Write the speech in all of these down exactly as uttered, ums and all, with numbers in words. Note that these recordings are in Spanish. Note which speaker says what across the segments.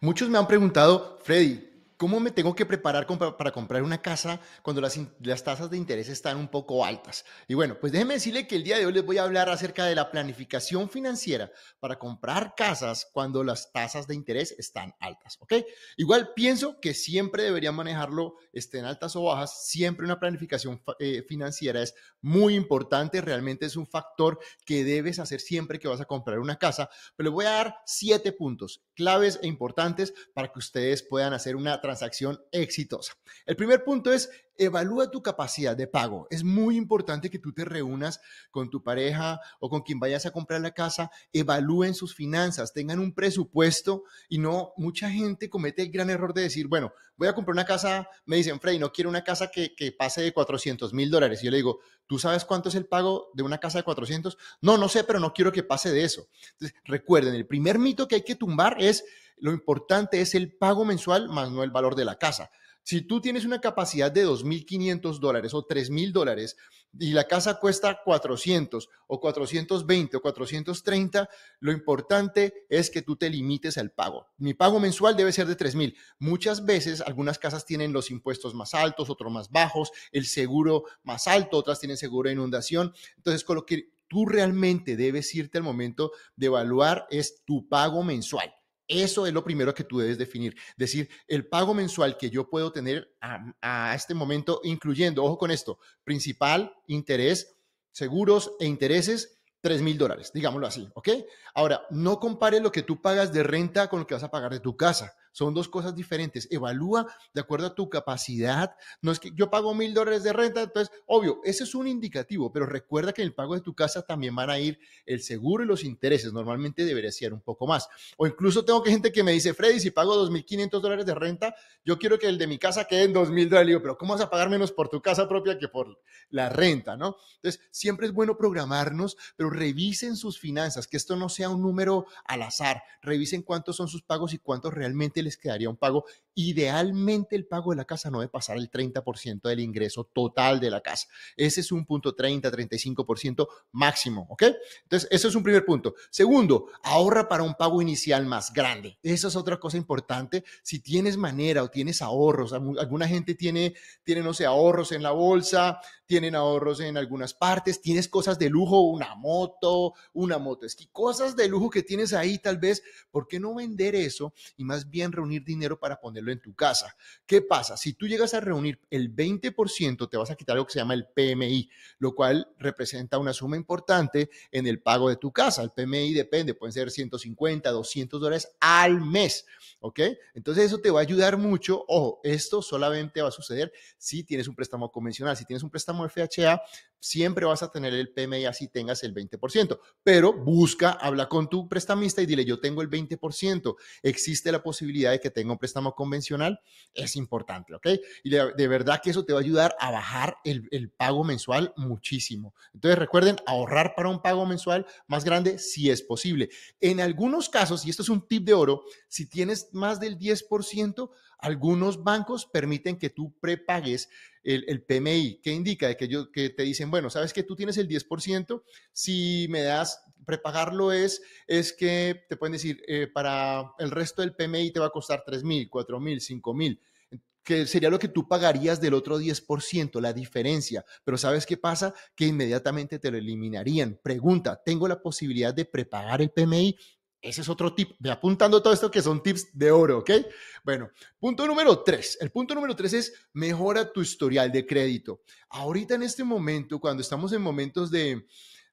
Speaker 1: Muchos me han preguntado, Freddy, ¿cómo me tengo que preparar compa- para comprar una casa cuando las, in- las tasas de interés están un poco altas? Y bueno, pues déjeme decirle que el día de hoy les voy a hablar acerca de la planificación financiera para comprar casas cuando las tasas de interés están altas, ¿ok? Igual pienso que siempre debería manejarlo, estén altas o bajas, siempre una planificación fa- eh, financiera es muy importante, realmente es un factor que debes hacer siempre que vas a comprar una casa, pero les voy a dar siete puntos claves e importantes para que ustedes puedan hacer una transacción exitosa. El primer punto es evalúa tu capacidad de pago. Es muy importante que tú te reúnas con tu pareja o con quien vayas a comprar la casa, evalúen sus finanzas, tengan un presupuesto y no, mucha gente comete el gran error de decir, bueno, voy a comprar una casa, me dicen, Frey, no quiero una casa que, que pase de cuatrocientos mil dólares. Y yo le digo, ¿tú sabes cuánto es el pago de una casa de cuatrocientos? No, no sé, pero no quiero que pase de eso. Entonces, recuerden, el primer mito que hay que tumbar es lo importante es el pago mensual más no el valor de la casa. Si tú tienes una capacidad de dos mil quinientos dólares o tres mil dólares y la casa cuesta cuatrocientos o cuatrocientos veinte o cuatrocientos treinta, lo importante es que tú te limites al pago. Mi pago mensual debe ser de tres mil. Muchas veces algunas casas tienen los impuestos más altos, otros más bajos, el seguro más alto, otras tienen seguro de inundación. Entonces, con lo que tú realmente debes irte al momento de evaluar es tu pago mensual. Eso es lo primero que tú debes definir. Decir, el pago mensual que yo puedo tener a, a este momento, incluyendo, ojo con esto, principal, interés, seguros e intereses, tres mil dólares, digámoslo así, ¿ok? Ahora, no compares lo que tú pagas de renta con lo que vas a pagar de tu casa. Son dos cosas diferentes. Evalúa de acuerdo a tu capacidad. No es que yo pago mil dólares de renta, entonces, obvio, ese es un indicativo, pero recuerda que en el pago de tu casa también van a ir el seguro y los intereses. Normalmente debería ser un poco más. O incluso tengo gente que me dice, Freddy, si pago dos mil quinientos dólares de renta, yo quiero que el de mi casa quede en dos mil dólares. Digo, pero ¿cómo vas a pagar menos por tu casa propia que por la renta, no? Entonces, siempre es bueno programarnos, pero revisen sus finanzas, que esto no sea un número al azar. Revisen cuántos son sus pagos y cuántos realmente les quedaría un pago. Idealmente, el pago de la casa no debe pasar el treinta por ciento del ingreso total de la casa. Ese es un punto treinta, treinta y cinco por ciento máximo, ¿ok? Entonces, eso es un primer punto. Segundo, ahorra para un pago inicial más grande. Esa es otra cosa importante. Si tienes manera o tienes ahorros, alguna gente tiene, tiene no sé, ahorros en la bolsa, tienen ahorros en algunas partes, tienes cosas de lujo, una moto, una moto esquí, cosas de lujo que tienes ahí tal vez, ¿por qué no vender eso y más bien reunir dinero para ponerlo en tu casa? ¿Qué pasa? Si tú llegas a reunir el veinte por ciento, te vas a quitar lo que se llama el P M I, lo cual representa una suma importante en el pago de tu casa. El P M I depende, pueden ser ciento cincuenta, doscientos dólares al mes, ¿ok? Entonces eso te va a ayudar mucho. Ojo, esto solamente va a suceder si tienes un préstamo convencional. Si tienes un préstamo F H A, siempre vas a tener el P M I así tengas el veinte por ciento, pero busca, habla con tu prestamista y dile, yo tengo el veinte por ciento, existe la posibilidad de que tenga un préstamo convencional, es importante, ¿ok? Y de, de verdad que eso te va a ayudar a bajar el, el pago mensual muchísimo. Entonces recuerden, ahorrar para un pago mensual más grande si es posible. En algunos casos, y esto es un tip de oro, si tienes más del diez por ciento, algunos bancos permiten que tú prepagues el, el P M I, que indica de que, yo, que te dicen, bueno, sabes que tú tienes el diez por ciento, si me das, prepagarlo es, es que te pueden decir, eh, para el resto del P M I te va a costar tres mil, cuatro mil, cinco mil, que sería lo que tú pagarías del otro diez por ciento, la diferencia. Pero ¿sabes qué pasa? Que inmediatamente te lo eliminarían. Pregunta, ¿tengo la posibilidad de prepagar el P M I? Ese es otro tip. Ve apuntando todo esto que son tips de oro, ¿ok? Bueno, punto número tres. El punto número tres es mejora tu historial de crédito. Ahorita en este momento, cuando estamos en momentos de,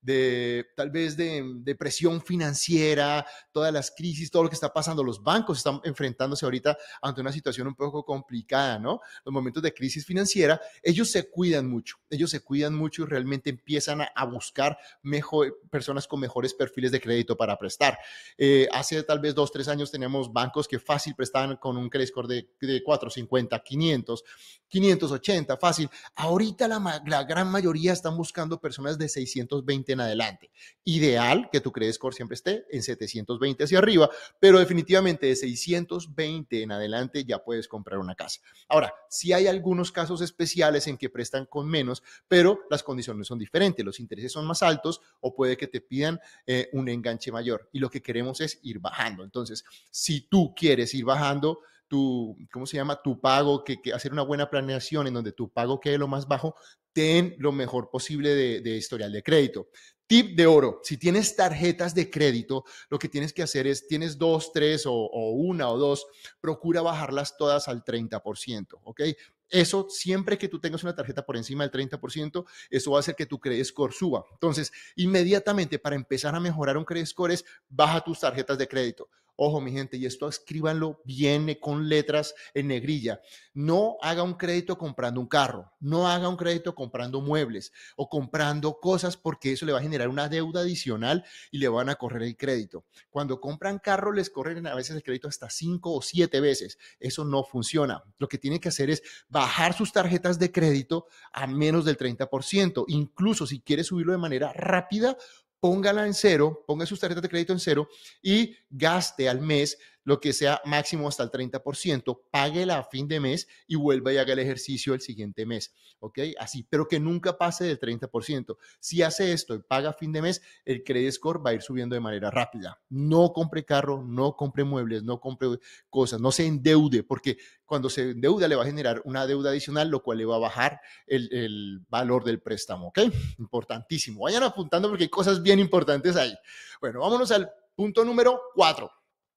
Speaker 1: de tal vez de, de presión financiera, todas las crisis, todo lo que está pasando, los bancos están enfrentándose ahorita ante una situación un poco complicada, ¿no? Los momentos de crisis financiera, ellos se cuidan mucho, ellos se cuidan mucho y realmente empiezan a, a buscar mejor, personas con mejores perfiles de crédito para prestar. Eh, hace tal vez dos, tres años teníamos bancos que fácil prestaban con un credit score de, de cuatro cincuenta, quinientos. quinientos ochenta, fácil. Ahorita la, ma- la gran mayoría están buscando personas de seiscientos veinte en adelante. Ideal que tu credit score siempre esté en setecientos veinte hacia arriba, pero definitivamente de seiscientos veinte en adelante ya puedes comprar una casa. Ahora, sí hay algunos casos especiales en que prestan con menos, pero las condiciones son diferentes, los intereses son más altos o puede que te pidan eh, un enganche mayor y lo que queremos es ir bajando. Entonces, si tú quieres ir bajando tu, ¿cómo se llama? Tu pago, que, que hacer una buena planeación en donde tu pago quede lo más bajo, ten lo mejor posible de, de historial de crédito. Tip de oro, si tienes tarjetas de crédito, lo que tienes que hacer es, tienes dos, tres o, o una o dos, procura bajarlas todas al treinta por ciento, ¿ok? Eso, siempre que tú tengas una tarjeta por encima del treinta por ciento, eso va a hacer que tu credit score suba. Entonces, inmediatamente para empezar a mejorar un credit score es baja tus tarjetas de crédito. Ojo, mi gente, y esto escríbanlo bien con letras en negrilla. No haga un crédito comprando un carro, no haga un crédito comprando muebles o comprando cosas porque eso le va a generar una deuda adicional y le van a correr el crédito. Cuando compran carro les corren a veces el crédito hasta cinco o siete veces. Eso no funciona. Lo que tienen que hacer es bajar sus tarjetas de crédito a menos del treinta por ciento. Incluso si quiere subirlo de manera rápida, póngala en cero, ponga sus tarjetas de crédito en cero y gaste al mes lo que sea máximo hasta el treinta por ciento, páguela a fin de mes y vuelva y haga el ejercicio el siguiente mes, ¿ok? Así, pero que nunca pase del treinta por ciento. Si hace esto y paga a fin de mes, el credit score va a ir subiendo de manera rápida. No compre carro, no compre muebles, no compre cosas, no se endeude, porque cuando se endeuda le va a generar una deuda adicional, lo cual le va a bajar el, el valor del préstamo, ¿ok? Importantísimo. Vayan apuntando porque hay cosas bien importantes ahí. Bueno, vámonos al punto número cuatro.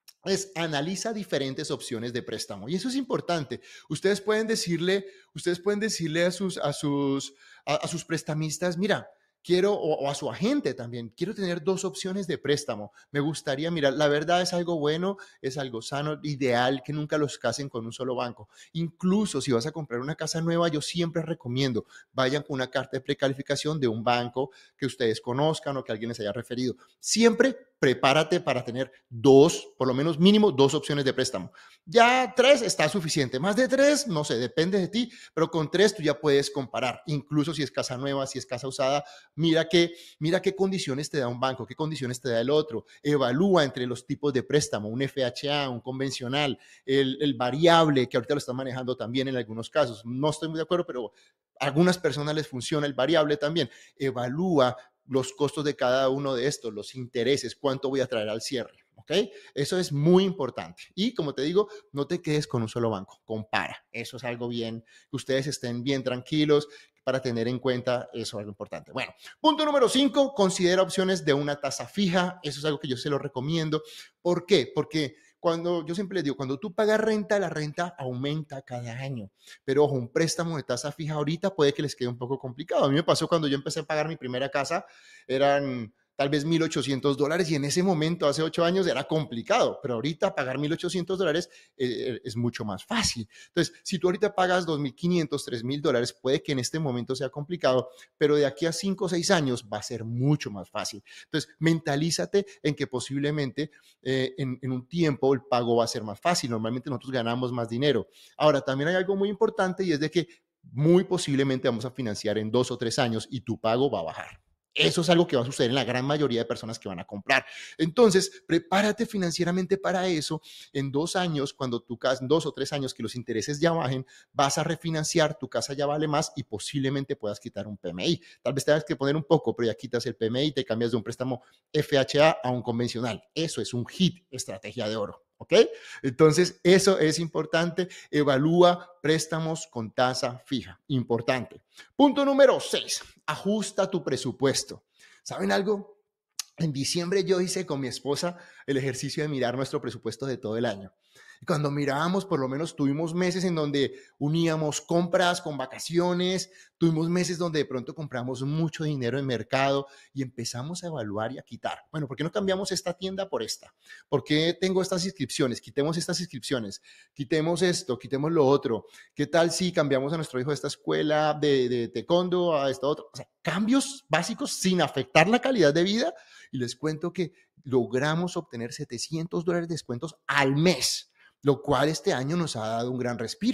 Speaker 1: Es analiza diferentes opciones de préstamo. Y eso es importante. Ustedes pueden decirle, ustedes pueden decirle a sus, a sus, a, a sus prestamistas, mira, quiero, o, o a su agente también, quiero tener dos opciones de préstamo. Me gustaría, mira, la verdad es algo bueno, es algo sano, ideal que nunca los casen con un solo banco. Incluso si vas a comprar una casa nueva, yo siempre recomiendo, vayan con una carta de precalificación de un banco que ustedes conozcan o que alguien les haya referido. Siempre prepárate para tener dos, por lo menos mínimo dos opciones de préstamo. Ya tres está suficiente. Más de tres, no sé, depende de ti, pero con tres tú ya puedes comparar. Incluso si es casa nueva, si es casa usada, mira qué, mira qué condiciones te da un banco, qué condiciones te da el otro. Evalúa entre los tipos de préstamo, un F H A, un convencional, el, el variable, que ahorita lo están manejando también en algunos casos. No estoy muy de acuerdo, pero a algunas personas les funciona el variable también. Evalúa los costos de cada uno de estos, los intereses, cuánto voy a traer al cierre, ¿ok? Eso es muy importante. Y como te digo, no te quedes con un solo banco, compara. Eso es algo bien, que ustedes estén bien tranquilos para tener en cuenta, eso es algo importante. Bueno, punto número cinco, considera opciones de una tasa fija. Eso es algo que yo se lo recomiendo. ¿Por qué? Porque cuando yo siempre les digo, cuando tú pagas renta, la renta aumenta cada año. Pero ojo, un préstamo de tasa fija ahorita puede que les quede un poco complicado. A mí me pasó cuando yo empecé a pagar mi primera casa, eran tal vez mil ochocientos dólares y en ese momento, hace ocho años, era complicado, pero ahorita pagar mil ochocientos dólares eh, es mucho más fácil. Entonces, si tú ahorita pagas dos mil quinientos, tres mil dólares, puede que en este momento sea complicado, pero de aquí a cinco o seis años va a ser mucho más fácil. Entonces, mentalízate en que posiblemente eh, en, en un tiempo el pago va a ser más fácil. Normalmente nosotros ganamos más dinero. Ahora, también hay algo muy importante y es de que muy posiblemente vamos a financiar en dos o tres años y tu pago va a bajar. Eso es algo que va a suceder en la gran mayoría de personas que van a comprar. Entonces, prepárate financieramente para eso. En dos años, cuando tu casa, en dos o tres años que los intereses ya bajen, vas a refinanciar, tu casa ya vale más y posiblemente puedas quitar un P M I. Tal vez tengas que poner un poco, pero ya quitas el P M I y te cambias de un préstamo F H A a un convencional. Eso es un hit, estrategia de oro. ¿Ok? Entonces, eso es importante. Evalúa préstamos con tasa fija. Importante. Punto número seis. Ajusta tu presupuesto. ¿Saben algo? En diciembre yo hice con mi esposa el ejercicio de mirar nuestro presupuesto de todo el año. Y cuando mirábamos, por lo menos tuvimos meses en donde uníamos compras con vacaciones, tuvimos meses donde de pronto compramos mucho dinero en mercado y empezamos a evaluar y a quitar. Bueno, ¿por qué no cambiamos esta tienda por esta? ¿Por qué tengo estas inscripciones? Quitemos estas inscripciones, quitemos esto, quitemos lo otro. ¿Qué tal si cambiamos a nuestro hijo de esta escuela de, de taekwondo a esta otra? O sea, cambios básicos sin afectar la calidad de vida. Y les cuento que logramos obtener setecientos dólares de descuentos al mes, lo cual este año nos ha dado un gran respiro.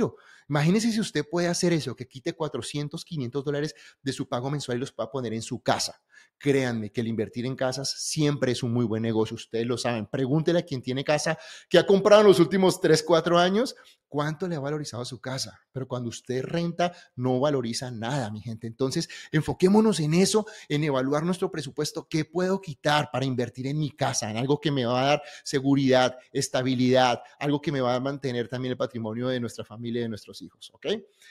Speaker 1: Imagínese si usted puede hacer eso, que quite cuatrocientos, quinientos dólares de su pago mensual y los pueda poner en su casa. Créanme que el invertir en casas siempre es un muy buen negocio. Ustedes lo saben. Pregúntele a quien tiene casa que ha comprado en los últimos tres, cuatro años, cuánto le ha valorizado su casa. Pero cuando usted renta, no valoriza nada, mi gente. Entonces, enfoquémonos en eso, en evaluar nuestro presupuesto. ¿Qué puedo quitar para invertir en mi casa? En algo que me va a dar seguridad, estabilidad, algo que me va a mantener también el patrimonio de nuestra familia y de nuestros hijos, ¿ok?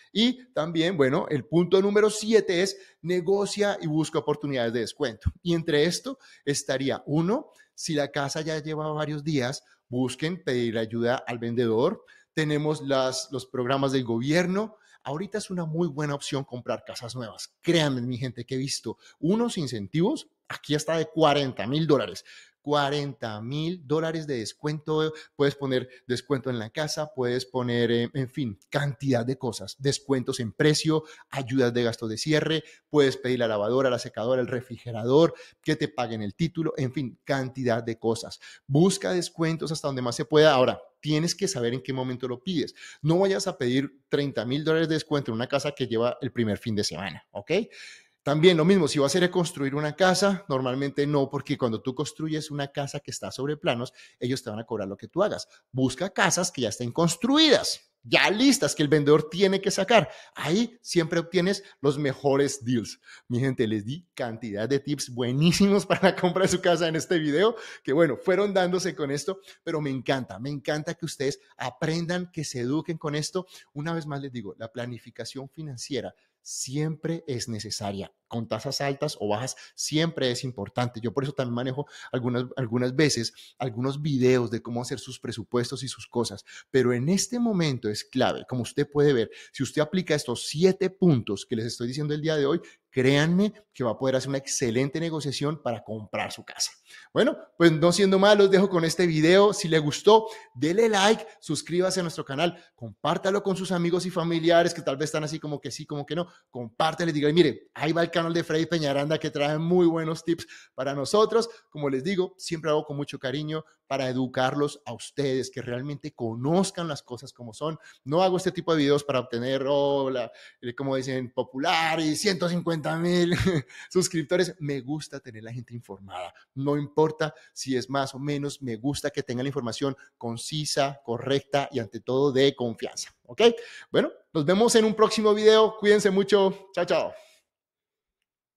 Speaker 1: Y también, bueno, el punto número siete es negocia y busca oportunidades de descuento. Y entre esto estaría, uno, si la casa ya lleva varios días, busquen pedir ayuda al vendedor. Tenemos las, los programas del gobierno. Ahorita es una muy buena opción comprar casas nuevas. Créanme, mi gente, que he visto unos incentivos, aquí hasta de cuarenta mil dólares. cuarenta mil dólares de descuento. Puedes poner descuento en la casa, puedes poner, eh, en fin, cantidad de cosas. Descuentos en precio, ayudas de gastos de cierre, puedes pedir la lavadora, la secadora, el refrigerador, que te paguen el título, en fin, cantidad de cosas. Busca descuentos hasta donde más se pueda. Ahora, tienes que saber en qué momento lo pides. No vayas a pedir treinta mil dólares de descuento en una casa que lleva el primer fin de semana, ¿ok? También lo mismo, si vas a reconstruir una casa, normalmente no, porque cuando tú construyes una casa que está sobre planos, ellos te van a cobrar lo que tú hagas. Busca casas que ya estén construidas, ya listas, que el vendedor tiene que sacar. Ahí siempre obtienes los mejores deals. Mi gente, les di cantidad de tips buenísimos para la compra de su casa en este video, que bueno, fueron dándose con esto, pero me encanta, me encanta que ustedes aprendan, que se eduquen con esto. Una vez más les digo, la planificación financiera siempre es necesaria. Con tasas altas o bajas, siempre es importante. Yo por eso también manejo algunas, algunas veces algunos videos de cómo hacer sus presupuestos y sus cosas. Pero en este momento es clave. Como usted puede ver, si usted aplica estos siete puntos que les estoy diciendo el día de hoy, créanme que va a poder hacer una excelente negociación para comprar su casa. Bueno, pues no siendo más, los dejo con este video. Si le gustó, dele like, suscríbase a nuestro canal, compártalo con sus amigos y familiares que tal vez están así como que sí, como que no. Compártale, dígale, mire, ahí va el canal de Freddy Peñaranda que trae muy buenos tips para nosotros. Como les digo, siempre hago con mucho cariño para educarlos a ustedes, que realmente conozcan las cosas como son. No hago este tipo de videos para obtener, oh, la, como dicen, popular y ciento cincuenta mil suscriptores. Me gusta tener la gente informada. No importa si es más o menos, me gusta que tengan la información concisa, correcta y ante todo de confianza. ¿Ok? Bueno, nos vemos en un próximo video. Cuídense mucho. Chao, chao.